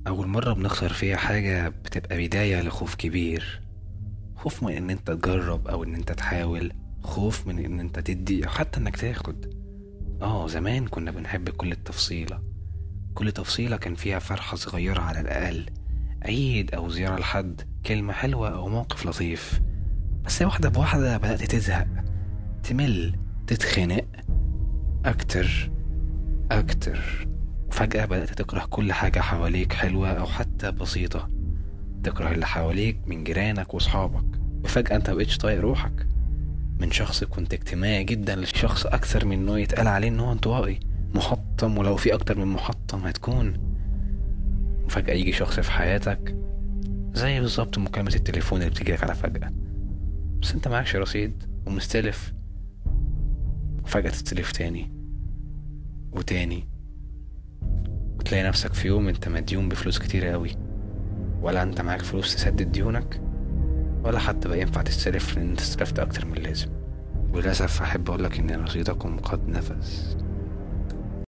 أول مرة بنخسر فيها حاجة بتبقى بداية لخوف كبير. خوف من إن أنت تجرب أو إن أنت تحاول. خوف من إن أنت تدي أو حتى إنك تاخد. زمان كنا بنحب كل التفصيلة. كل تفصيلة كان فيها فرحة صغيرة على الأقل. عيد أو زيارة لحد، كلمة حلوة أو موقف لطيف. بس واحدة بواحدة بدأت تزهق، تمل، تتخنق أكتر أكتر. وفجأة بدأت تكره كل حاجة حواليك حلوة أو حتى بسيطة. تكره اللي حواليك من جيرانك وصحابك. وفجأة انت مبقتش طايق روحك. من شخص كنت اجتماعي جدا لشخص أكثر من إنه يتقال عليه إن هو انطوائي محطم، ولو في أكتر من محطم هتكون. وفجأة يجي شخص في حياتك زي بالظبط مكالمة التليفون اللي بتجيلك على فجأة، بس انت معكش رصيد ومستلف. وفجأة تستلف تاني وتاني، وتلاقي نفسك في يوم انت مديون بفلوس كتير قوي، ولا انت معاك فلوس تسدد ديونك، ولا حتى بقى ينفع تستلف لان انت استلفت اكتر من اللازم. وللأسف أحب أقولك إن رصيدكم قد نفذ.